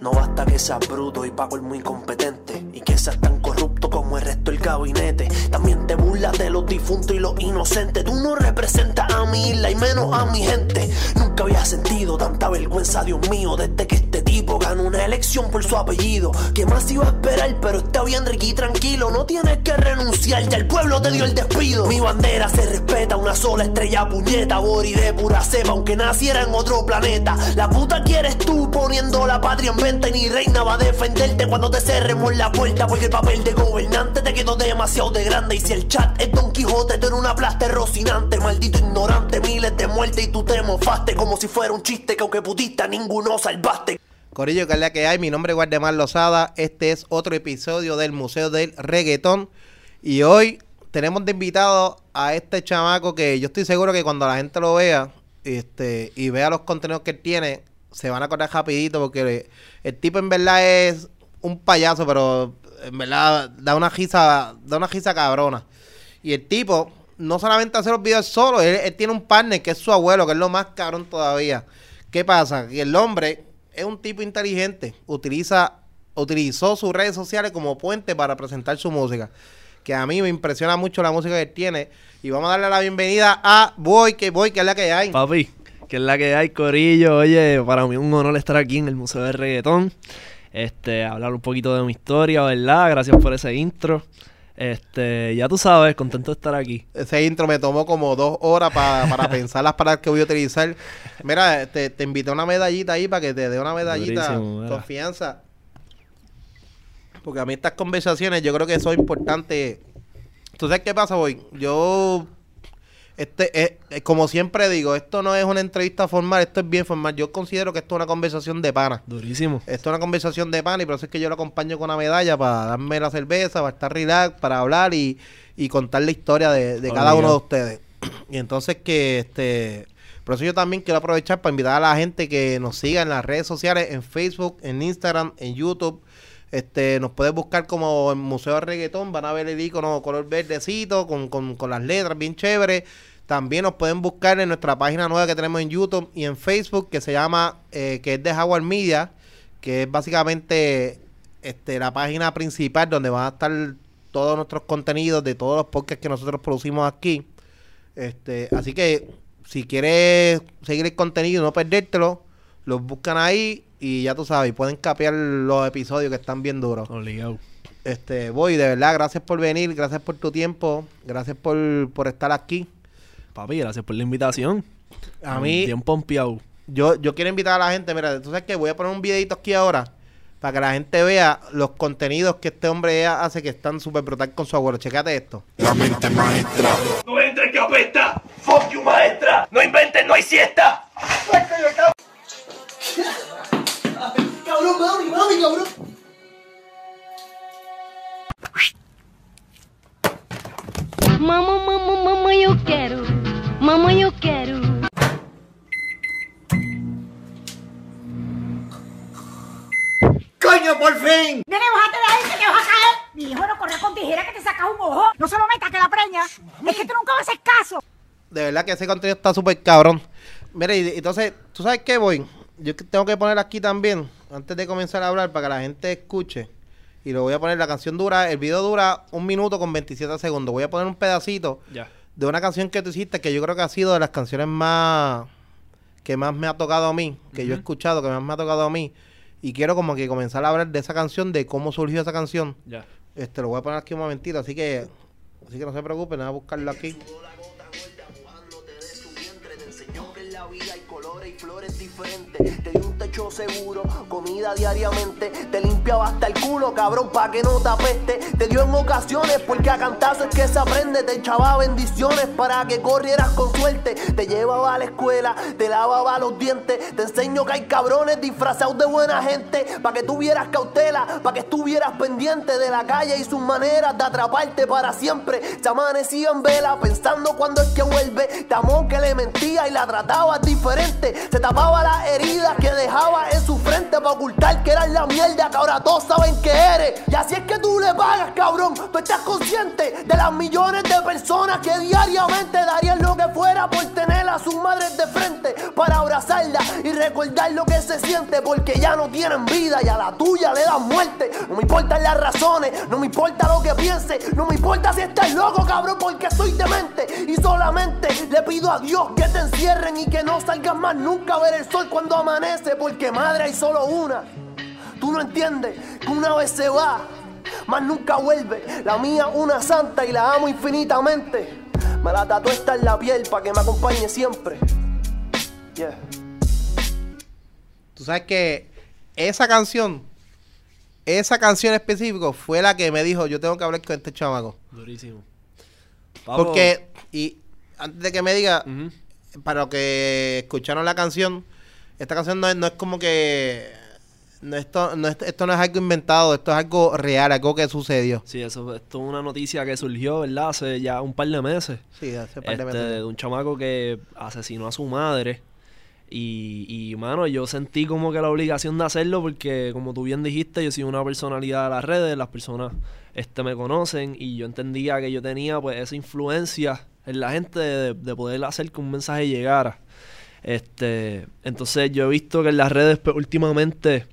No basta que seas bruto y pa' colmo incompetente, y que seas tan corrupto como el resto del gabinete. También te burlas de los difuntos y los inocentes. Tú no representas a mi isla y menos a mi gente. Nunca había sentido tanta vergüenza, Dios mío, desde que este tipo ganó una elección por su apellido. ¿Qué más iba a esperar? Pero está bien, Ricky, tranquilo. No tienes que renunciar, ya el pueblo te dio el despido. Mi bandera se respeta, una sola estrella, puñeta. Bori de pura cepa, aunque naciera en otro planeta. La puta quieres tú poniendo la patria en venta, y ni reina va a defenderte cuando te cerremos la puerta, porque el papel de gobernante te quedó demasiado de grande. Y si el chat es Don Quijote, tú eres una plasta rocinante. Maldito ignorante, miles de muertes y tú te mofaste como si fuera un chiste que aunque putista ninguno salvaste. Corillo, que es la que hay. Mi nombre es Waldemar Lozada. Este es otro episodio del Museo del Reggaetón. Y hoy tenemos de invitado a este chamaco que yo estoy seguro que cuando la gente lo vea y vea los contenidos que él tiene, se van a acordar rapidito, porque el tipo en verdad es un payaso, pero en verdad da una risa cabrona. Y el tipo no solamente hace los videos solo, él tiene un partner que es su abuelo, que es lo más cabrón todavía. ¿Qué pasa? Que el hombre es un tipo inteligente, utilizó sus redes sociales como puente para presentar su música, que a mí me impresiona mucho la música que él tiene. Y vamos a darle la bienvenida a Boy, que es la que hay. Papi, que es la que hay, corillo. Oye, para mí es un honor estar aquí en el Museo del Reggaetón. Hablar un poquito de mi historia, ¿verdad? Gracias por ese intro. Ya tú sabes, contento de estar aquí. Ese intro me tomó como 2 horas para pensar las palabras que voy a utilizar. Mira, te invité a una medallita ahí para que te dé una medallita. Confianza. Porque a mí estas conversaciones yo creo que son importantes. ¿Tú sabes qué pasa, Boy? Yo, como siempre digo, esto no es una entrevista formal, esto es bien formal. Yo considero que esto es una conversación de pana. Durísimo. Esto es una conversación de pana, y por eso es que yo lo acompaño con una medalla para darme la cerveza, para estar relax, para hablar y contar la historia de cada uno de ustedes. Y entonces por eso yo también quiero aprovechar para invitar a la gente que nos siga en las redes sociales, en Facebook, en Instagram, en YouTube. Nos puedes buscar como el Museo de Reggaetón, van a ver el icono color verdecito con las letras bien chéveres. También nos pueden buscar en nuestra página nueva que tenemos en YouTube y en Facebook, que se llama, que es de Jaguar Media, que es básicamente la página principal donde van a estar todos nuestros contenidos de todos los podcasts que nosotros producimos aquí. Así que si quieres seguir el contenido y no perdértelo, los buscan ahí. Y ya tú sabes, pueden capear los episodios que están bien duros. Obligado. Boy, de verdad, gracias por venir, gracias por tu tiempo, gracias por estar aquí. Papi, gracias por la invitación. A mí, bien pompeado. Yo quiero invitar a la gente, mira, tú sabes que voy a poner un videito aquí ahora para que la gente vea los contenidos que este hombre hace, que están súper brutales con su abuelo. Checate esto. La mente maestra. No entres que apesta. Fuck you, maestra. No inventes, no hay siesta. Cabrón, mami, cabrón. Mamá, eu quero. Mamãe, eu quero. ¡Coño, por fin! Nene, bájate de ahí que te vas a caer. Mi hijo no corre con tijera que te sacas un ojo. No se lo metas que la preña. Es que tú nunca me haces caso. De verdad que ese contenido está súper cabrón. Mira, y entonces, ¿tú sabes qué, Boy? Yo tengo que poner aquí también, antes de comenzar a hablar, para que la gente escuche. Y lo voy a poner, el video dura 1 minuto con 27 segundos. Voy a poner un pedacito de una canción que tú hiciste, que yo creo que ha sido de las canciones que más me ha tocado a mí, que yo he escuchado, que más me ha tocado a mí. Y quiero como que comenzar a hablar de esa canción, de cómo surgió esa canción. Lo voy a poner aquí un momentito, así que no se preocupen, voy a buscarlo aquí. Vida y colores y flores diferentes. Te di un techo seguro, comida diariamente. Te limpiaba hasta el culo, cabrón, pa' que no te apeste. Te dio en ocasiones, porque a cantazo es que se aprende. Te echaba bendiciones para que corrieras con suerte. Te llevaba a la escuela, te lavaba los dientes. Te enseño que hay cabrones disfrazados de buena gente, pa' que tuvieras cautela, pa' que estuvieras pendiente de la calle y sus maneras de atraparte para siempre. Se amanecía en vela pensando cuándo es que vuelve. Te amó que le mentía y la trataba diferente. Se tapaba las heridas que dejaba tatuaba en su frente para ocultar que eras la mierda que ahora todos saben que eres. Y así es que tú le pagas, cabrón. Tú estás consciente de las millones de personas que diariamente darían lo que fuera por tener a sus madres de frente, para abrazarla y recordar lo que se siente, porque ya no tienen vida y a la tuya le dan muerte. No me importan las razones, no me importa lo que pienses, no me importa si estás loco, cabrón, porque soy demente. Y solamente le pido a Dios que te encierren y que no salgas más nunca a ver el sol cuando amanece, porque madre hay solo una. Tú no entiendes que una vez se va, más nunca vuelve. La mía una santa y la amo infinitamente. Me la tatué esta en la piel para que me acompañe siempre. Yeah. Tú sabes que esa canción específico fue la que me dijo, yo tengo que hablar con este chamaco. Durísimo. Porque, y antes de que me diga, para los que escucharon la canción, esta canción no es como que... esto no es algo inventado, esto es algo real, algo que sucedió. Sí, esto es una noticia que surgió, ¿verdad? Hace ya un par de meses. Sí, hace un par de meses. De un chamaco que asesinó a su madre. Y, mano, yo sentí como que la obligación de hacerlo porque, como tú bien dijiste, yo soy una personalidad de las redes, las personas me conocen y yo entendía que yo tenía pues esa influencia en la gente de poder hacer que un mensaje llegara. Entonces yo he visto que en las redes pues, últimamente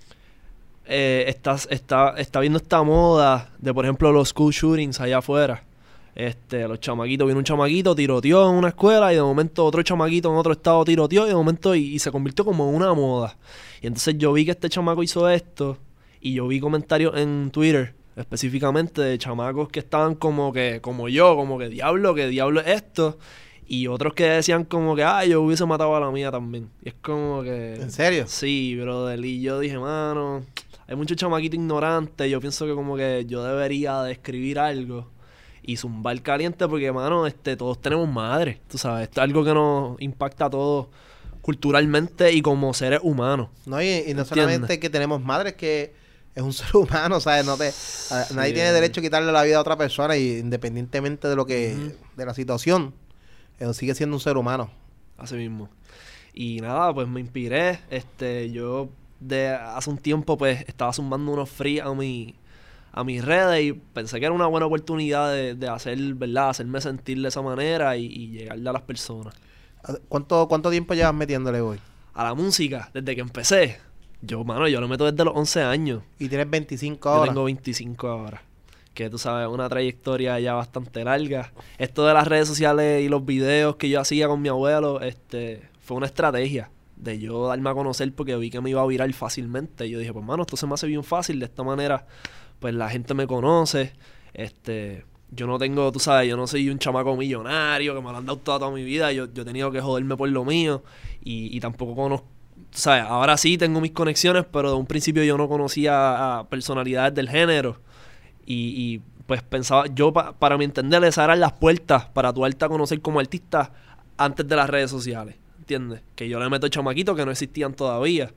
está viendo esta moda de, por ejemplo, los school shootings allá afuera. Los chamaquitos, vino un chamaquito, tiroteó en una escuela y de momento otro chamaquito en otro estado tiroteó y de momento y se convirtió como en una moda. Y entonces yo vi que este chamaco hizo esto y yo vi comentarios en Twitter específicamente de chamacos que estaban como que diablo es esto, y otros que decían como que yo hubiese matado a la mía también. Y es como que... ¿En serio? Sí, brother, y yo dije, mano, hay muchos chamaquitos ignorantes, yo pienso que como que yo debería de escribir algo y zumbar caliente porque, mano, todos tenemos madre, tú sabes, esto es algo que nos impacta a todos culturalmente y como seres humanos. No, y no solamente que tenemos madres, que es un ser humano, ¿sabes? Nadie tiene derecho a quitarle la vida a otra persona, y independientemente de lo que, de la situación, sigue siendo un ser humano. Así mismo. Y nada, pues me inspiré, yo hace un tiempo pues estaba zumbando unos free a mis redes y pensé que era una buena oportunidad de hacer, ¿verdad? Hacerme sentir de esa manera y llegarle a las personas. ¿Cuánto tiempo llevas metiéndole hoy? A la música, desde que empecé. Yo lo meto desde los 11 años. ¿Y tienes 25 ahora? Yo tengo 25 ahora. Que tú sabes, una trayectoria ya bastante larga. Esto de las redes sociales y los videos que yo hacía con mi abuelo, fue una estrategia de yo darme a conocer porque vi que me iba a virar fácilmente. Y yo dije, pues mano, esto se me hace bien fácil. De esta manera, pues la gente me conoce. Yo no tengo, tú sabes, yo no soy un chamaco millonario que me lo han dado toda mi vida. Yo he tenido que joderme por lo mío. Y tampoco conozco, tú sabes, ahora sí tengo mis conexiones, pero de un principio yo no conocía a personalidades del género. Y pues pensaba, yo para mi entender, esas eran las puertas para tu darte a conocer como artista antes de las redes sociales, ¿entiendes? Que yo le meto chamaquitos que no existían todavía.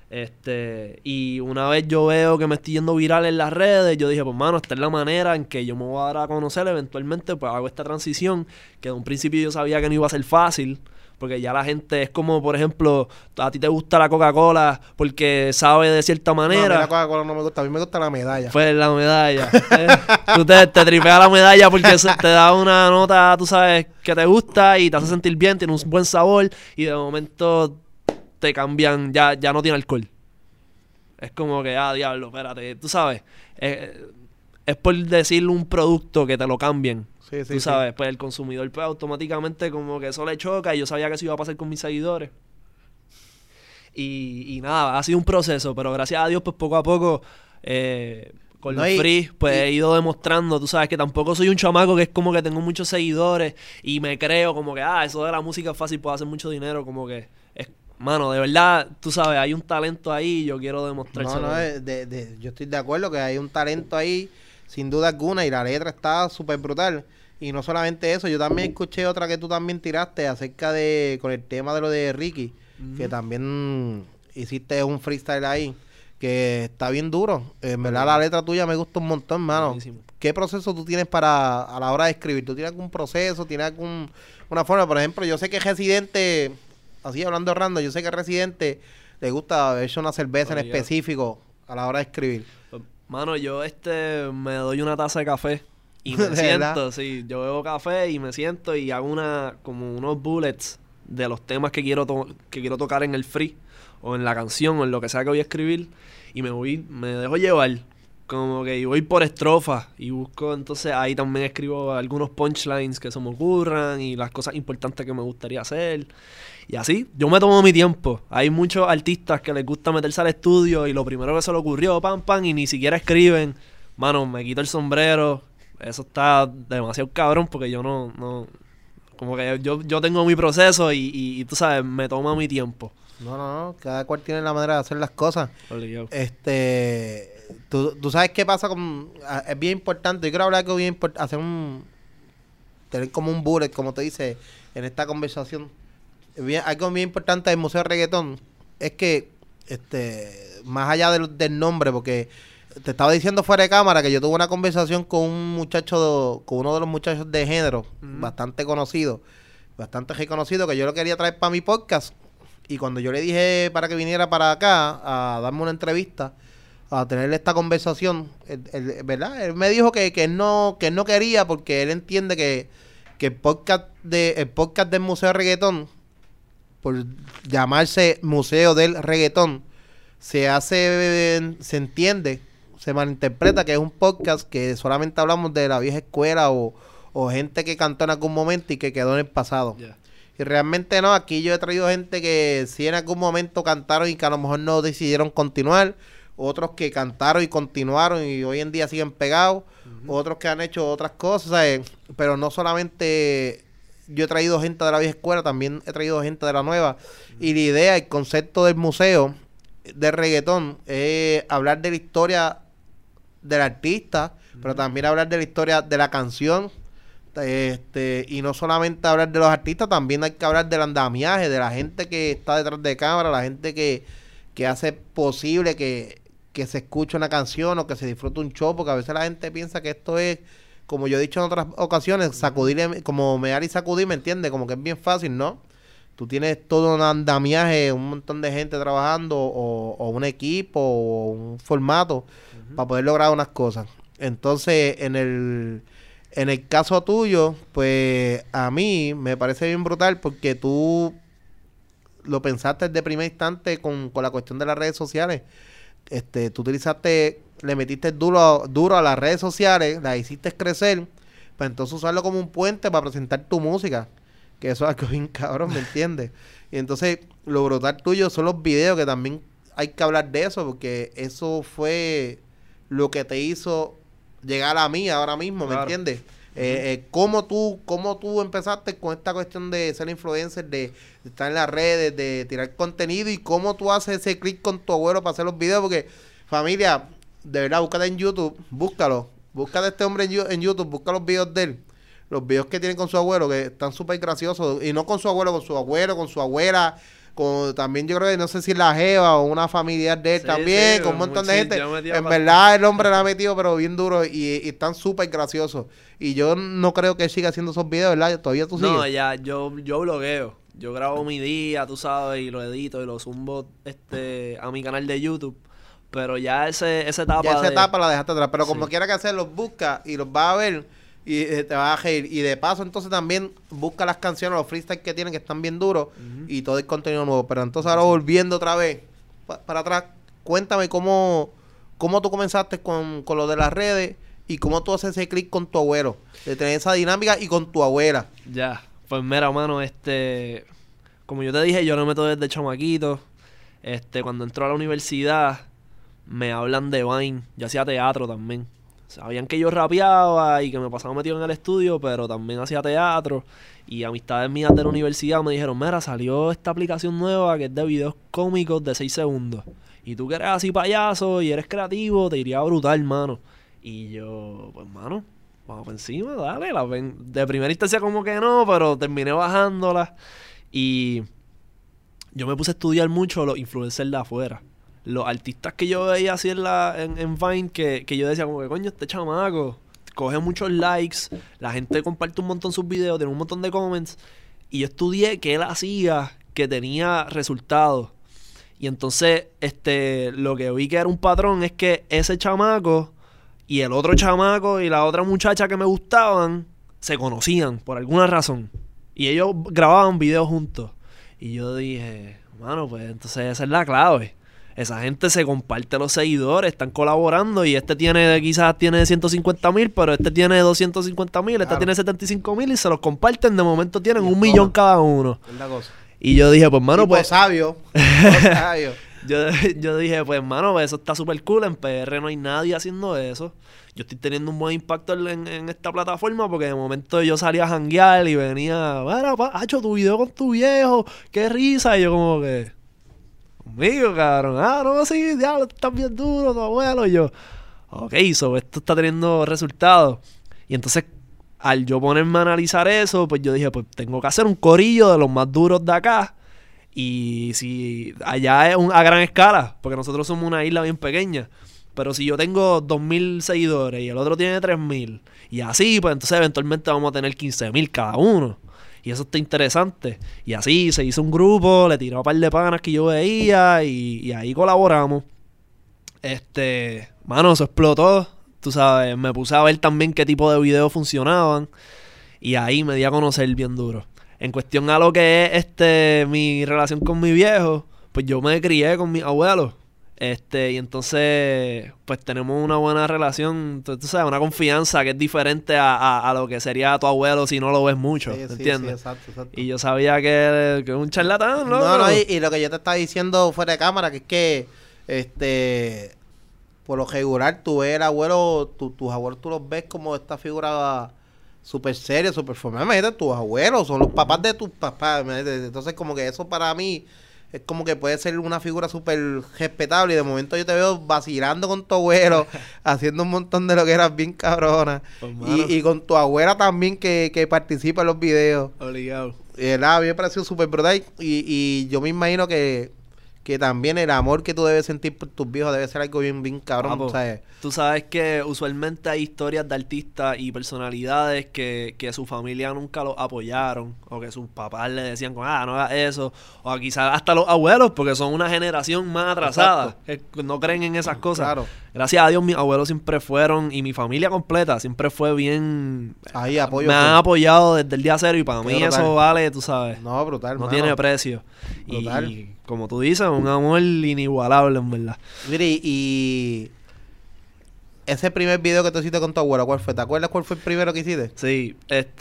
Y una vez yo veo que me estoy yendo viral en las redes, yo dije, pues mano, esta es la manera en que yo me voy a dar a conocer. Eventualmente pues hago esta transición, que de un principio yo sabía que no iba a ser fácil, porque ya la gente es como, por ejemplo, a ti te gusta la Coca-Cola porque sabe de cierta manera. No, a mí la Coca-Cola no me gusta, a mí me gusta la medalla. Pues la medalla. Tú te tripeas la medalla porque te da una nota, tú sabes, que te gusta y te hace sentir bien, tiene un buen sabor y de momento te cambian, ya no tiene alcohol. Es como que, diablo, espérate, tú sabes, es por decirle un producto que te lo cambien. Sí, tú sabes, pues el consumidor pues automáticamente como que eso le choca y yo sabía que eso iba a pasar con mis seguidores. Y nada, ha sido un proceso, pero gracias a Dios pues poco a poco con los free pues he ido demostrando, tú sabes, que tampoco soy un chamaco que es como que tengo muchos seguidores y me creo como que eso de la música es fácil, puedo hacer mucho dinero, como que mano, de verdad, tú sabes, hay un talento ahí y yo quiero demostrárselo. Yo estoy de acuerdo que hay un talento ahí, sin duda alguna, y la letra está súper brutal. Y no solamente eso, yo también escuché otra que tú también tiraste acerca con el tema de lo de Ricky, que también hiciste un freestyle ahí, que está bien duro. En verdad la letra tuya me gusta un montón, mano. Buenísimo. ¿Qué proceso tú tienes a la hora de escribir? ¿Tú tienes algún proceso? ¿Tienes alguna forma? Por ejemplo, yo sé que Residente, así hablando random, yo sé que Residente le gusta beberse una cerveza en Oye. específico a la hora de escribir? Pues, mano, yo me doy una taza de café y ¿De me verdad? siento, sí, yo bebo café y me siento y hago como unos bullets de los temas que quiero tocar en el free o en la canción o en lo que sea que voy a escribir y me dejo llevar. Como que voy por estrofas y busco, entonces ahí también escribo algunos punchlines que se me ocurran y las cosas importantes que me gustaría hacer. Y así, yo me tomo mi tiempo. Hay muchos artistas que les gusta meterse al estudio y lo primero que se le ocurrió, pam, pam, y ni siquiera escriben. Mano, me quito el sombrero. Eso está demasiado cabrón porque yo no como que yo tengo mi proceso y tú sabes, me toma mi tiempo. No, cada cual tiene la manera de hacer las cosas. Obligado. Tú sabes qué pasa con... Es bien importante, yo quiero hablar que es bien importante, tener como un bullet, como te dice en esta conversación. Algo bien importante del Museo de Reggaetón es que, más allá del nombre, porque te estaba diciendo fuera de cámara que yo tuve una conversación con con uno de los muchachos de género, bastante conocido, bastante reconocido, que yo lo quería traer para mi podcast. Y cuando yo le dije para que viniera para acá a darme una entrevista, a tener esta conversación, ¿verdad? Él me dijo que él no quería porque él entiende que el podcast del Museo de Reggaetón, por llamarse Museo del Reggaetón, se entiende, se malinterpreta que es un podcast que solamente hablamos de la vieja escuela o gente que cantó en algún momento y que quedó en el pasado. Yeah. Y realmente no, aquí yo he traído gente que sí en algún momento cantaron y que a lo mejor no decidieron continuar, otros que cantaron y continuaron y hoy en día siguen pegados, otros que han hecho otras cosas, ¿sabes? Pero no solamente yo he traído gente de la vieja escuela, también he traído gente de la nueva. Y la idea, el concepto del museo de reggaetón es hablar de la historia del artista, pero también hablar de la historia de la canción. Y no solamente hablar de los artistas, también hay que hablar del andamiaje, de la gente que está detrás de cámara, la gente que hace posible que se escuche una canción o que se disfrute un show, porque a veces la gente piensa que esto es, como yo he dicho en otras ocasiones, sacudir, como mear y sacudir, ¿me entiendes? Como que es bien fácil, ¿no? Tú tienes todo un andamiaje, un montón de gente trabajando o un equipo o un formato para poder lograr unas cosas. Entonces, en el caso tuyo, pues a mí me parece bien brutal porque tú lo pensaste desde primer instante con la cuestión de las redes sociales. Tú le metiste duro a las redes sociales, las hiciste crecer, para entonces usarlo como un puente para presentar tu música, que eso es algo bien cabrón, ¿me entiendes? Y entonces lo brutal tuyo son los videos, que también hay que hablar de eso, porque eso fue lo que te hizo llegar a mí ahora mismo, ¿me Claro. entiendes? ¿Cómo tú empezaste con esta cuestión de ser influencer, de estar en las redes, de tirar contenido, y cómo tú haces ese clic con tu abuelo para hacer los videos? Porque, familia, de verdad, búscate en YouTube, búscate a este hombre en YouTube, busca los videos de él, los videos que tiene con su abuelo, que están súper graciosos, y no con su abuelo, con su abuela, también yo creo que no sé si la jeva o una familiar de él Sí, también, sí, con un montón de sí, gente. yo metí a En pasar. verdad el hombre la ha metido pero bien duro y están súper graciosos. Y yo no creo que él siga haciendo esos videos, ¿verdad? Todavía tú sigues. No, ya, yo blogueo. Yo grabo mi día, tú sabes, y lo edito y lo zumbo a mi canal de YouTube. Pero ya esa etapa Ya esa etapa la dejaste atrás, pero Sí. como quiera que hacer, los busca y los vas a ver y te vas a reír. Y de paso, entonces también busca las canciones, los freestyles que tienen que están bien duros y todo el contenido nuevo. Pero entonces ahora volviendo otra vez para atrás, cuéntame cómo tú comenzaste con lo de las redes y cómo tú haces ese clic con tu abuelo, de tener esa dinámica y con tu abuela. Ya, pues mira, mano, como yo te dije, yo lo meto desde chamaquito. Cuando entro a la universidad, me hablan de Vine. Yo hacía teatro también. Sabían que yo rapeaba y que me pasaba metido en el estudio, pero también hacía teatro. Y amistades mías de la universidad me dijeron, mira, salió esta aplicación nueva que es de videos cómicos de 6 segundos. Y tú que eres así payaso y eres creativo, te iría brutal, mano. Y yo, pues, mano, vamos por encima, dale. De primera instancia como que no, pero terminé bajándola. Y yo me puse a estudiar mucho los influencers de afuera. Los artistas que yo veía así en Vine, que yo decía como que, coño, este chamaco coge muchos likes, la gente comparte un montón sus videos, tiene un montón de comments. Y yo estudié que él hacía, que tenía resultados. Y entonces, lo que vi que era un patrón es que ese chamaco y el otro chamaco y la otra muchacha que me gustaban se conocían por alguna razón. Y ellos grababan videos juntos. Y yo dije, mano, pues entonces esa es la clave. Esa gente se comparte los seguidores, están colaborando y quizás tiene 150,000, pero tiene 250,000, tiene 75,000 y se los comparten. De momento tienen 1,000,000 cada uno. Es la cosa. Y yo dije, pues, mano, pues... sabio. Sabio. Yo dije, pues, mano, pues, eso está súper cool. En PR no hay nadie haciendo eso. Yo estoy teniendo un buen impacto en esta plataforma porque de momento yo salía a janguear y venía, bueno, hacho, tu video con tu viejo, qué risa. Y yo como que, conmigo, cabrón. No, sí, diablo, estás bien duro, tu abuelo. Y yo, ok, esto está teniendo resultados. Y entonces, al yo ponerme a analizar eso, pues yo dije, pues tengo que hacer un corillo de los más duros de acá. Y si allá es a gran escala, porque nosotros somos una isla bien pequeña. Pero si yo tengo 2,000 seguidores y el otro tiene 3,000, y así, pues entonces eventualmente vamos a tener 15,000 cada uno. Y eso está interesante. Y así se hizo un grupo, le tiré a un par de panas que yo veía y ahí colaboramos. Mano, eso explotó. Tú sabes, me puse a ver también qué tipo de videos funcionaban. Y ahí me di a conocer bien duro. En cuestión a lo que es mi relación con mi viejo, pues yo me crié con mis abuelos. Y entonces, pues tenemos una buena relación, tú sabes, una confianza que es diferente a lo que sería tu abuelo si no lo ves mucho, sí, ¿entiendes? Sí, exacto. Y yo sabía que es un charlatán, ¿no? No, y lo que yo te estaba diciendo fuera de cámara, que es que, por lo regular, tú ves el abuelo, tus abuelos tú los ves como esta figura súper seria, súper formal. Imagínate, tus abuelos son los papás de tus papás. Entonces, como que eso para mí es como que puede ser una figura súper respetable. Y de momento yo te veo vacilando con tu abuelo, haciendo un montón de lo que eras bien cabrona. Pues, y con tu abuela también que participa en los videos. Obligado. A mí me pareció súper brutal. Y yo me imagino que también el amor que tú debes sentir por tus viejos debe ser algo bien, bien cabrón, ¿sabes? Tú sabes que usualmente hay historias de artistas y personalidades que su familia nunca los apoyaron, o que sus papás le decían, no hagas eso, o quizás hasta los abuelos, porque son una generación más atrasada, que no creen en esas cosas. Claro. Gracias a Dios mis abuelos siempre fueron, y mi familia completa siempre fue bien... Ahí apoyo. Me han apoyado desde el día cero, y para mí brutal. Eso vale, tú sabes. No, brutal, no tiene precio. Brutal. Y como tú dices, un amor inigualable, en verdad. Mire, y ese primer video que tú hiciste con tu abuela, ¿cuál fue? ¿Te acuerdas cuál fue el primero que hiciste? Sí,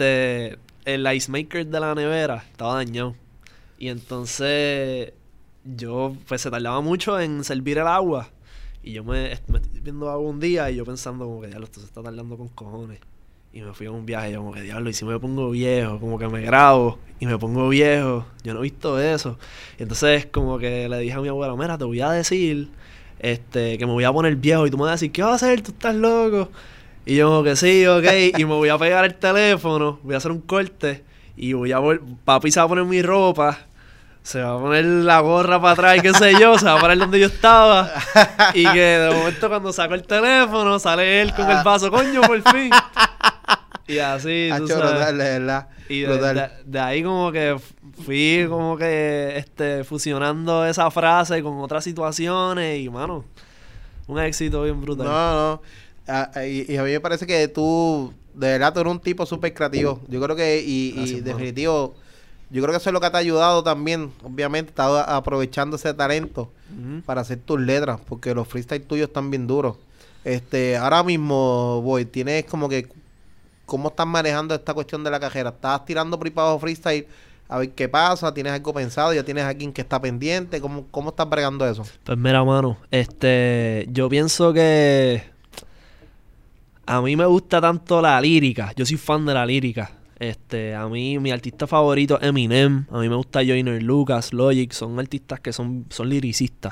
el ice maker de la nevera estaba dañado. Y entonces pues se tardaba mucho en servir el agua. Y yo me estoy viendo agua un día y yo pensando como que, diablo, esto se está tardando con cojones. Y me fui a un viaje y yo como que, diablo, y si me pongo viejo, como que me grabo y me pongo viejo, yo no he visto eso. Y entonces como que le dije a mi abuela, mira, te voy a decir que me voy a poner viejo y tú me vas a decir, ¿qué vas a hacer? ¿Tú estás loco? Y yo como que sí, ok, y me voy a pegar el teléfono, voy a hacer un corte y papi se va a poner mi ropa, se va a poner la gorra para atrás y qué sé yo, se va a parar donde yo estaba y que de momento cuando saco el teléfono sale él con el vaso, coño, por fin. Y así, tú sabes. Brutal, de verdad. Y de ahí como que fui como que fusionando esa frase con otras situaciones y, mano, un éxito bien brutal. No. Y a mí me parece que tú, de verdad, tú eres un tipo súper creativo. Yo creo que, y definitivo, yo creo que eso es lo que te ha ayudado también. Obviamente, estás aprovechando ese talento para hacer tus letras, porque los freestyles tuyos están bien duros. Ahora mismo, Boy, tienes como que, ¿cómo estás manejando esta cuestión de la cajera? ¿Estás tirando por ahí para abajo freestyle a ver qué pasa? ¿Tienes algo pensado? ¿Ya tienes a alguien que está pendiente? ¿Cómo estás bregando eso? Pues mira, mano, yo pienso que a mí me gusta tanto la lírica. Yo soy fan de la lírica. A mí, mi artista favorito es Eminem. A mí me gusta Joyner Lucas, Logic. Son artistas que son liricistas.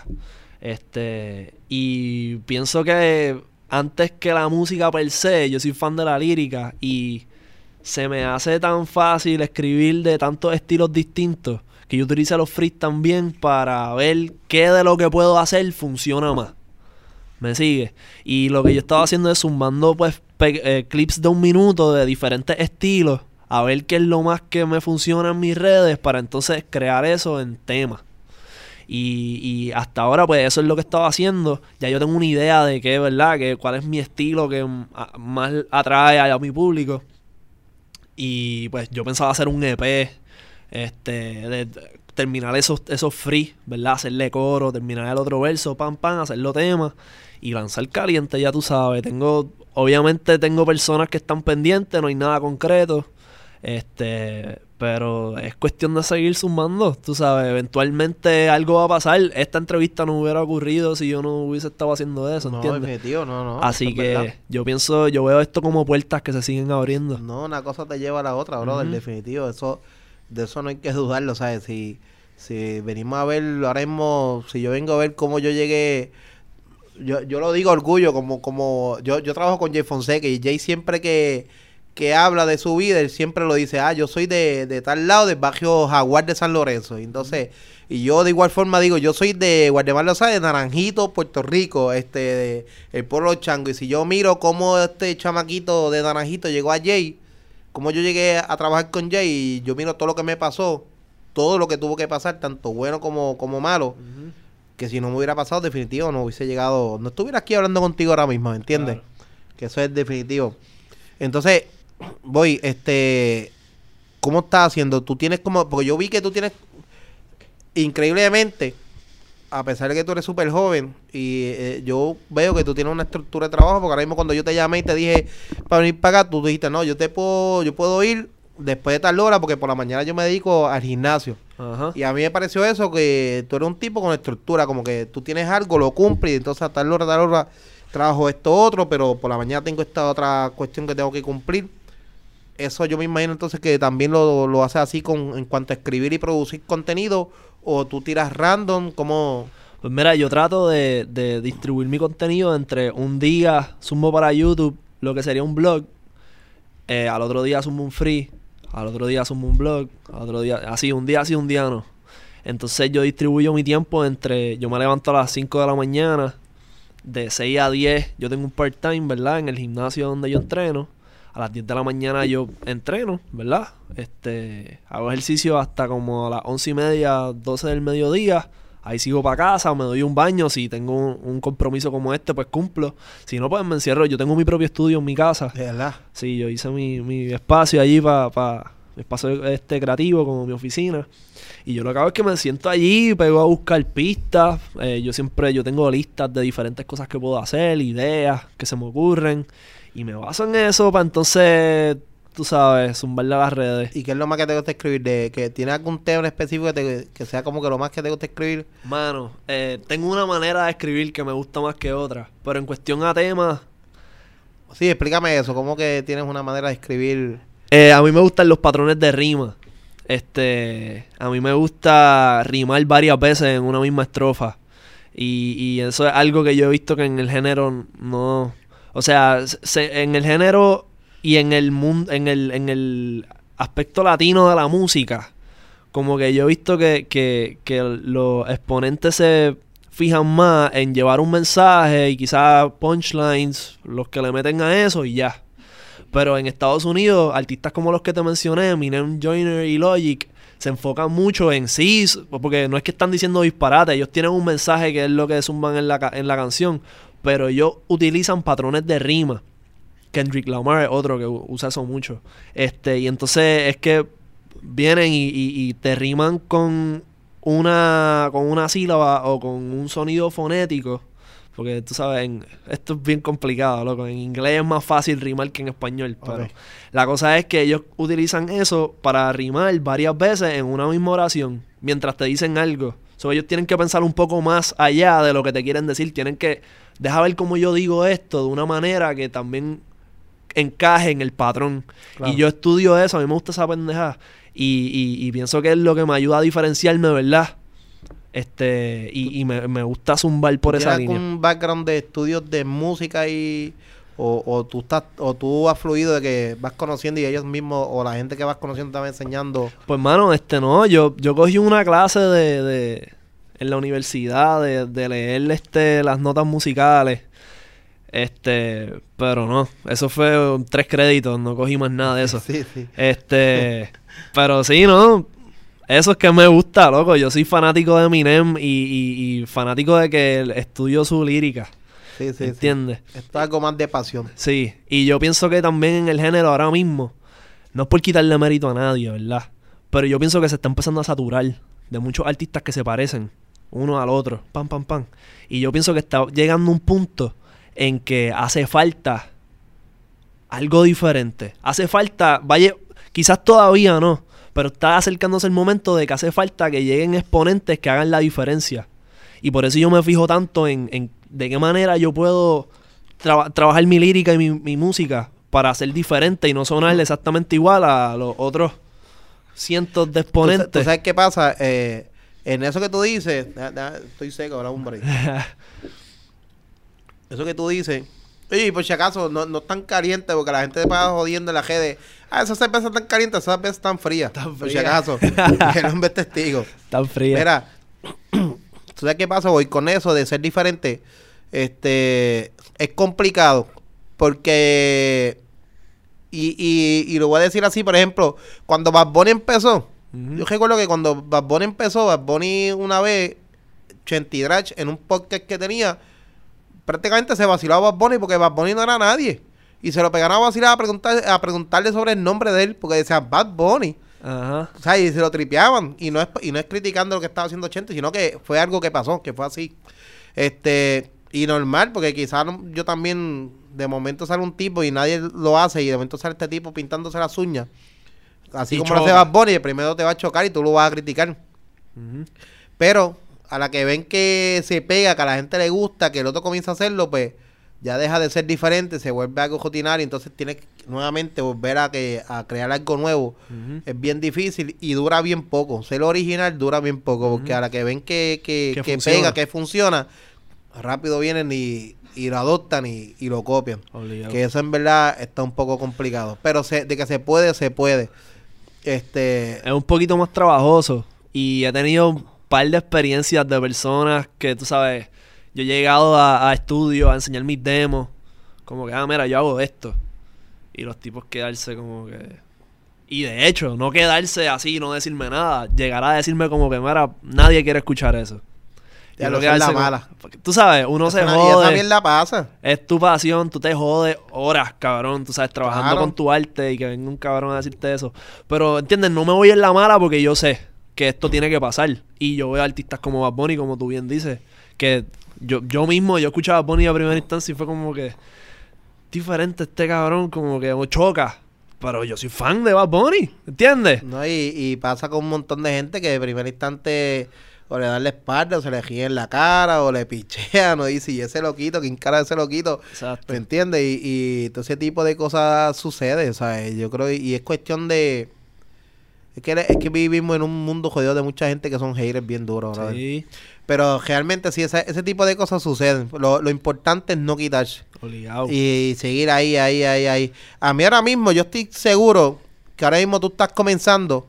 Y pienso que antes que la música per se, yo soy fan de la lírica y se me hace tan fácil escribir de tantos estilos distintos que yo utilizo los frees también para ver qué de lo que puedo hacer funciona más. ¿Me sigue? Y lo que yo estaba haciendo es sumando pues clips de 1 minuto de diferentes estilos a ver qué es lo más que me funciona en mis redes para entonces crear eso en temas. Y hasta ahora, pues eso es lo que estaba haciendo. Ya yo tengo una idea de qué, ¿verdad? Que cuál es mi estilo que más atrae a mi público. Y pues yo pensaba hacer un EP, de terminar esos free, ¿verdad? Hacerle coro, terminar el otro verso, pam, hacerlo tema y lanzar caliente, ya tú sabes. Obviamente tengo personas que están pendientes, no hay nada concreto. Pero es cuestión de seguir sumando, tú sabes, eventualmente algo va a pasar. Esta entrevista no hubiera ocurrido si yo no hubiese estado haciendo eso, ¿entiendes? No, definitivo, no. Así que yo veo esto como puertas que se siguen abriendo. No, una cosa te lleva a la otra, brother, definitivo. De eso no hay que dudarlo, ¿sabes? Si venimos a ver, ahora mismo, si yo vengo a ver cómo yo llegué, yo lo digo orgullo, como yo trabajo con Jay Fonseca, y Jay siempre que habla de su vida, él siempre lo dice, yo soy de tal lado, del barrio Jaguar de San Lorenzo. Entonces, y yo de igual forma digo, yo soy de Guardemar Lozada, de Naranjito, Puerto Rico, de el pueblo Chango. Y si yo miro cómo este chamaquito de Naranjito llegó a Jay, cómo yo llegué a trabajar con Jay, y yo miro todo lo que me pasó, todo lo que tuvo que pasar, tanto bueno como malo, que si no me hubiera pasado, definitivo, no hubiese llegado, no estuviera aquí hablando contigo ahora mismo, ¿me entiendes? Claro. Que eso es definitivo. Entonces, voy, ¿cómo estás haciendo? Tú tienes porque yo vi que tú tienes, increíblemente, a pesar de que tú eres súper joven, y yo veo que tú tienes una estructura de trabajo, porque ahora mismo cuando yo te llamé y te dije para venir para acá, tú dijiste, no, yo puedo ir después de tal hora, porque por la mañana yo me dedico al gimnasio. Ajá. Y a mí me pareció eso, que tú eres un tipo con estructura, como que tú tienes algo, lo cumples, y entonces a tal hora trabajo esto otro, pero por la mañana tengo esta otra cuestión que tengo que cumplir. Eso yo me imagino entonces que también lo haces así en cuanto a escribir y producir contenido, o tú tiras random, ¿cómo? Pues mira, yo trato de distribuir mi contenido entre un día sumo para YouTube, lo que sería un blog, al otro día sumo un free, al otro día sumo un blog, al otro día, así, un día no. Entonces yo distribuyo mi tiempo yo me levanto a las 5 de la mañana, de 6 a 10, yo tengo un part-time, ¿verdad? En el gimnasio donde yo entreno. A las 10 de la mañana yo entreno, ¿verdad? Hago ejercicio hasta como a las 11:30, 12 del mediodía. Ahí sigo para casa, me doy un baño. Si tengo un compromiso como pues cumplo. Si no, pues me encierro. Yo tengo mi propio estudio en mi casa. ¿De verdad? Sí, yo hice mi espacio allí para mi espacio creativo, como mi oficina. Y yo lo que hago es que me siento allí, pego a buscar pistas. Yo tengo listas de diferentes cosas que puedo hacer, ideas que se me ocurren. Y me baso en eso para entonces, tú sabes, zumbarle a las redes. ¿Y qué es lo más que te gusta escribir? ¿Que tiene algún tema en específico que sea como que lo más que te gusta escribir? Mano, tengo una manera de escribir que me gusta más que otra. Pero en cuestión a temas... Sí, explícame eso. ¿Cómo que tienes una manera de escribir? A mí me gustan los patrones de rima. A mí me gusta rimar varias veces en una misma estrofa. Y eso es algo que yo he visto que en el género no... O sea, en el género y en el mundo, en el aspecto latino de la música, como que yo he visto que los exponentes se fijan más en llevar un mensaje y quizás punchlines, los que le meten a eso y ya. Pero en Estados Unidos, artistas como los que te mencioné, Eminem, Joyner y Logic, se enfocan mucho en sí, porque no es que están diciendo disparates, ellos tienen un mensaje que es lo que zumban en la canción, pero ellos utilizan patrones de rima. Kendrick Lamar es otro que usa eso mucho. Y entonces es que vienen y te riman con una sílaba o con un sonido fonético. Porque tú sabes, esto es bien complicado, loco. En inglés es más fácil rimar que en español. Pero okay. La cosa es que ellos utilizan eso para rimar varias veces en una misma oración, mientras te dicen algo. Ellos tienen que pensar un poco más allá de lo que te quieren decir. Tienen que dejar ver cómo yo digo esto de una manera que también encaje en el patrón. Claro. Y yo estudio eso, a mí me gusta esa pendejada. Y pienso que es lo que me ayuda a diferenciarme, ¿verdad? Y me gusta zumbar por esa línea. ¿Tienes algún background de estudios de música o tú has fluido de que vas conociendo y ellos mismos o la gente que vas conociendo te va enseñando? Pues mano, no, yo cogí una clase en la universidad de leer las notas musicales. Pero no, eso fue 3 créditos, no cogí más nada de eso. Sí. Pero sí, ¿no? Eso es que me gusta, loco. Yo soy fanático de Eminem y fanático de que estudio su lírica. Sí, sí, ¿Entiendes? sí. Esto es algo más de pasión. Sí, y yo pienso que también en el género ahora mismo, no es por quitarle mérito a nadie, ¿verdad? Pero yo pienso que se está empezando a saturar de muchos artistas que se parecen uno al otro, pam, pam, pam. Y yo pienso que está llegando un punto en que hace falta algo diferente. Hace falta, vaya, quizás todavía no, pero está acercándose el momento de que hace falta que lleguen exponentes que hagan la diferencia. Y por eso yo me fijo tanto en de qué manera yo puedo trabajar mi lírica y mi música para ser diferente y no sonar exactamente igual a los otros cientos de exponentes. ¿Tú sabes qué pasa? En eso que tú dices, estoy seco, ahora un break. Eso que tú dices, y por si acaso no es tan caliente, porque la gente va jodiendo en la redes. Esas cervezas están calientes, esas cervezas están frías. Por si acaso, que el hombre es testigo. Tan fría. Mira, ¿tú sabes qué pasa? Voy con eso de ser diferente. Es complicado, porque y lo voy a decir así, por ejemplo, cuando Bad Bunny empezó, yo recuerdo que cuando Bad Bunny empezó, Bad Bunny una vez, Chenti Drach, en un podcast que tenía, prácticamente se vacilaba a Bad Bunny porque Bad Bunny no era nadie. Y se lo pegaron a vacilar a preguntarle sobre el nombre de él, porque decían Bad Bunny. Ajá. O sea, y se lo tripeaban. Y no es criticando lo que estaba haciendo Chenti, sino que fue algo que pasó, que fue así. Y normal, porque quizás yo también, de momento sale un tipo y nadie lo hace, y de momento sale este tipo pintándose las uñas. Así Y como lo hace Bad Bunny, primero te va a chocar y tú lo vas a criticar. Pero a la que ven que se pega, que a la gente le gusta, que el otro comienza a hacerlo, pues ya deja de ser diferente, se vuelve algo rutinario, entonces tienes que nuevamente volver a crear algo nuevo. Es bien difícil y dura bien poco. Ser original dura bien poco, porque a la que ven que pega, que funciona, rápido vienen y lo adoptan y lo copian. Obligado. Que eso en verdad está un poco complicado. Pero de que se puede, se puede. Es un poquito más trabajoso. Y he tenido un par de experiencias de personas que, tú sabes, yo he llegado a estudios a enseñar mis demos. Como que, mira, yo hago esto. Y los tipos quedarse como que... Y de hecho, no quedarse así y no decirme nada. Llegar a decirme como que, mira, nadie quiere escuchar eso. Ya lo que es la mala. Tú sabes, uno se jode. Y esa mierda pasa. Es tu pasión, tú te jodes horas, cabrón. Tú sabes, trabajando con tu arte y que venga un cabrón a decirte eso. Pero, ¿entiendes? No me voy en la mala porque yo sé que esto tiene que pasar. Y yo veo artistas como Bad Bunny, como tú bien dices, que yo mismo, yo escuchaba a Bad Bunny a primera instancia y fue como que diferente este cabrón, como que me choca. Pero yo soy fan de Bad Bunny, ¿entiendes? No, y pasa con un montón de gente que de primer instante o le dan la espalda, o se le ríe en la cara, o le pichean, o dice, y ese loquito, ¿quién cara de ese loquito? Exacto. ¿Me entiendes? Y todo ese tipo de cosas sucede, ¿sabes? Yo creo, y es cuestión de... Es que vivimos en un mundo jodido de mucha gente que son haters bien duros, ¿verdad? Sí. Pero realmente sí, ese tipo de cosas suceden. Lo importante es no quitarse. Obligado. Y seguir ahí. A mí ahora mismo, yo estoy seguro que ahora mismo tú estás comenzando.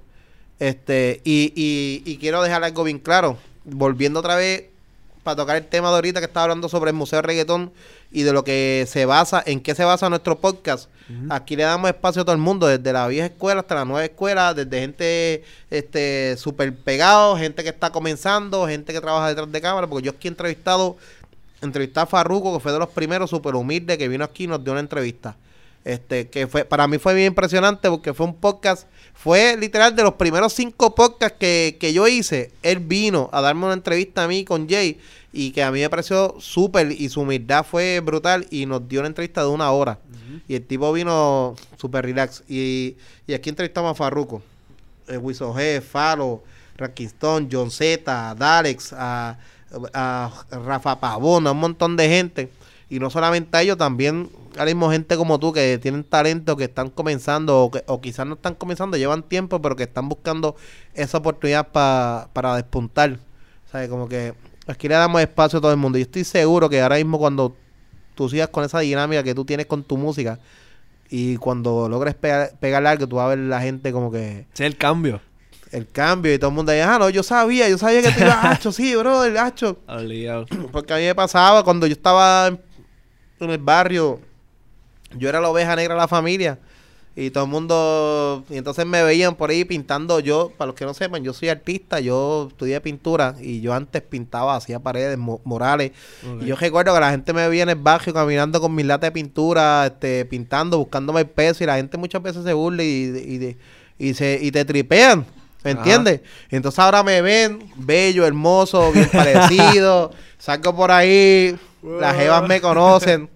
Y quiero dejar algo bien claro. Volviendo otra vez para tocar el tema de ahorita que estaba hablando sobre el Museo de Reggaetón y de lo que se basa, en qué se basa nuestro podcast. Aquí le damos espacio a todo el mundo, desde la vieja escuela hasta la nueva escuela, desde gente súper pegado, gente que está comenzando, gente que trabaja detrás de cámara, porque yo aquí entrevisté a Farruko, que fue de los primeros, súper humilde, que vino aquí y nos dio una entrevista. Que para mí fue bien impresionante porque fue un podcast, fue literal de los primeros 5 podcasts que yo hice. Él vino a darme una entrevista a mí con Jay y que a mí me pareció súper y su humildad fue brutal y nos dio una entrevista de 1 hora. Y el tipo vino súper relax. Y aquí entrevistamos a Farruko, Wiso G, Falo, Rankington, John Z, Dalex, a Rafa Pavón, a un montón de gente. Y no solamente a ellos, también ahora mismo gente como tú que tienen talento, que están comenzando o quizás no están comenzando, llevan tiempo, pero que están buscando esa oportunidad para despuntar. ¿Sabes? Como que aquí le damos espacio a todo el mundo. Yo estoy seguro que ahora mismo cuando tú sigas con esa dinámica que tú tienes con tu música y cuando logres pegar algo, tú vas a ver la gente como que... Sí, el cambio. El cambio y todo el mundo dice, no, yo sabía que tú ibas hacho, sí, bro, el hacho. Obligado. Porque a mí me pasaba cuando yo estaba en el barrio, yo era la oveja negra de la familia Y todo el mundo, y entonces me veían por ahí pintando. Yo, para los que no sepan, yo soy artista, yo estudié pintura y yo antes pintaba, hacía paredes, murales. Ok. Y yo recuerdo que la gente me veía en el barrio caminando con mis latas de pintura, pintando, buscándome el peso, y la gente muchas veces se burla y te tripean, ¿me Ajá. entiendes? Entonces ahora me ven bello, hermoso, bien parecido, salgo por ahí, las jevas me conocen,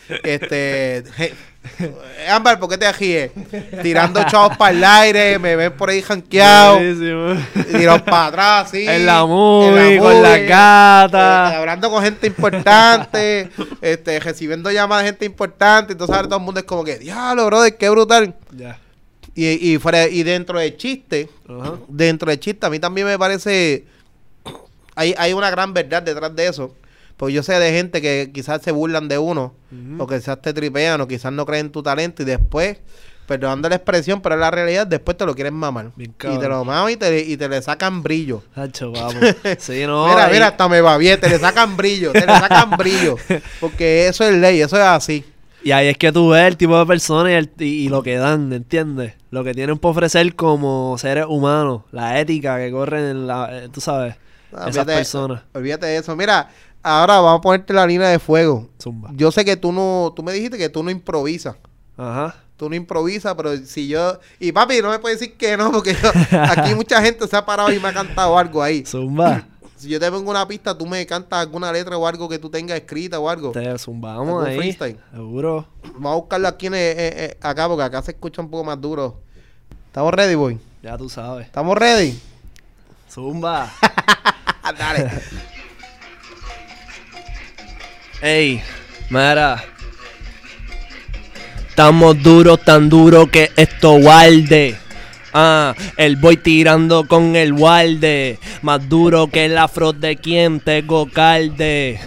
Ámbar, ¿por qué te ríes? Tirando chavos para el aire, me ven por ahí janqueado, Buenísimo. tirados para atrás, sí. En la movie, con la gata. Hablando con gente importante, recibiendo llamadas de gente importante. Entonces ahora todo el mundo es como que, diablo, brother, qué brutal. Ya. Y dentro del chiste, Ajá. a mí también me parece, hay una gran verdad detrás de eso. Porque yo sé de gente que quizás se burlan de uno, o que quizás te tripean, o quizás no creen en tu talento, y después, perdonando la expresión, pero es la realidad, después te lo quieren mamar. Bien Y cabrón. te lo maman y te le sacan brillo. Hacho, vamos. Sí, no. Mira, ahí- mira, hasta me va bien, te le sacan brillo, porque eso es ley, eso es así. Y ahí es que tú ves el tipo de personas y lo que dan, ¿entiendes? Lo que tienen por ofrecer como seres humanos, la ética que corren en tú sabes, esas personas. Olvídate de eso. Mira, ahora vamos a ponerte la línea de fuego. Zumba. Yo sé que tú me dijiste que tú no improvisas. Ajá. Tú no improvisas, pero si yo... Y papi, no me puedes decir que no, porque aquí mucha gente se ha parado y me ha cantado algo ahí. Zumba. Si yo te pongo una pista, tú me cantas alguna letra o algo que tú tengas escrita o algo. Te zumbamos ¿Algún ahí. freestyle? Seguro. Vamos a buscarlo aquí acá, porque acá se escucha un poco más duro. ¿Estamos ready, boy? Ya tú sabes. ¿Estamos ready? Zumba. Dale. Ey, mira. Estamos duros, tan duro que esto guarde. El boy tirando con el walde. Más duro que el afro de quien tengo calde.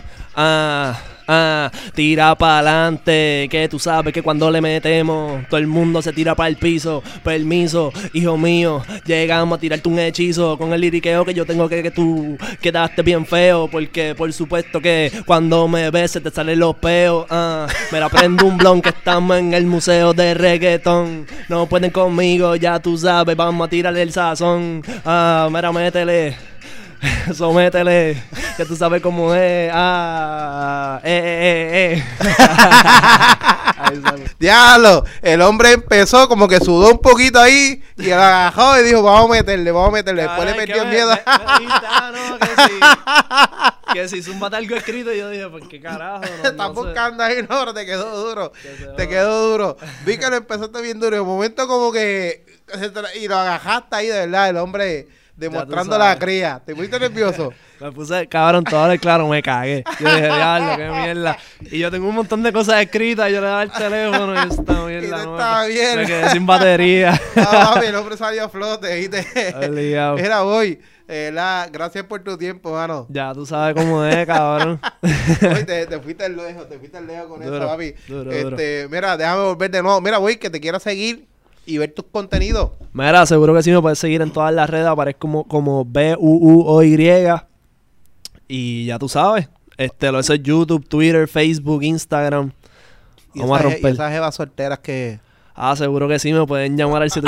Tira pa'lante, que tú sabes que cuando le metemos, todo el mundo se tira para el piso. Permiso, hijo mío, llegamos a tirarte un hechizo con el liriqueo que yo tengo que tú quedaste bien feo. Porque por supuesto que cuando me ves se te salen los peos. Me la prendo un blon que estamos en el museo de reggaetón. No pueden conmigo, ya tú sabes, vamos a tirarle el sazón. Mira, métele. Sométele, que tú sabes cómo es. Ahí sale. Diablo, el hombre empezó como que sudó un poquito ahí y lo agajó y dijo, vamos a meterle. Después le Ay, metió que miedo. me dijiste, no, que si zumba algo escrito, yo dije, pues qué carajo. Estás sé. buscando ahí, no, pero te quedó duro. Que se Te joda. quedó duro. Vi que lo empezaste bien duro. Y de momento como que... Y lo agajaste ahí, de verdad, el hombre demostrando la sabes. cría. ¿Te pusiste nervioso? Me puse, cabrón, todo claro, me cagué. Yo dije, diablo, qué mierda. Y yo tengo un montón de cosas escritas, y yo le daba el teléfono y esta mierda. Y tú no, estabas bien. Me quedé sin batería. Ah, papi, el hombre salió a flote, ¿viste? Obligado. Era hoy. Gracias por tu tiempo, mano. Ya tú sabes cómo es, cabrón. Hoy te fuiste lejos con Duro, eso, papi. duro. Mira, déjame volver de nuevo. Mira, voy, que te quiero seguir y ver tus contenidos. Mira, seguro que sí me puedes seguir en todas las redes. Aparezco como BUUOY. Y ya tú sabes. Eso es YouTube, Twitter, Facebook, Instagram. Vamos a Y romper. esas jevas solteras que... Seguro que sí, me pueden llamar al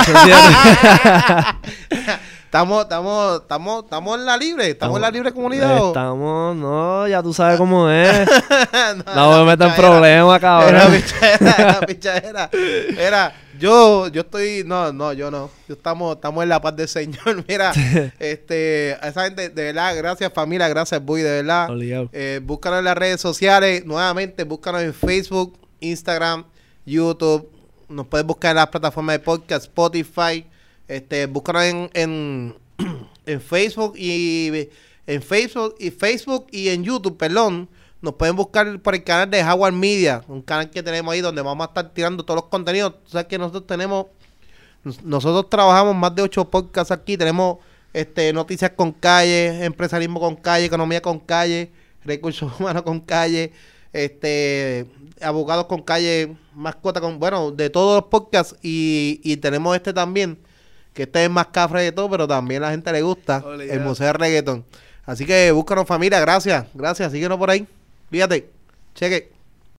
787. Estamos en la libre. Estamos en la libre comunidad. ¿O? Estamos, no, ya tú sabes cómo es. No, No me metan en problemas, Era cabrón. pichadera. Yo estoy... No, yo no. Estamos en la paz del Señor. Mira, a esa gente, de verdad, gracias familia, gracias Boy, de verdad. Obligado. Búscanos en las redes sociales. Nuevamente, búscanos en Facebook, Instagram, YouTube. Nos puedes buscar en las plataformas de podcast, Spotify. Búscanos en Facebook y en YouTube, perdón. Nos pueden buscar por el canal de Jaguar Media, un canal que tenemos ahí donde vamos a estar tirando todos los contenidos. Tú sabes que nosotros trabajamos más de 8 podcasts aquí. Tenemos noticias con calle, empresarismo con calle, economía con calle, recursos humanos con calle, abogados con calle, mascota con, bueno, de todos los podcasts y tenemos también, que es más cafre de todo, pero también a la gente le gusta, Obligado. el Museo de Reggaeton. Así que búscanos familia, gracias, síguenos por ahí, fíjate, cheque.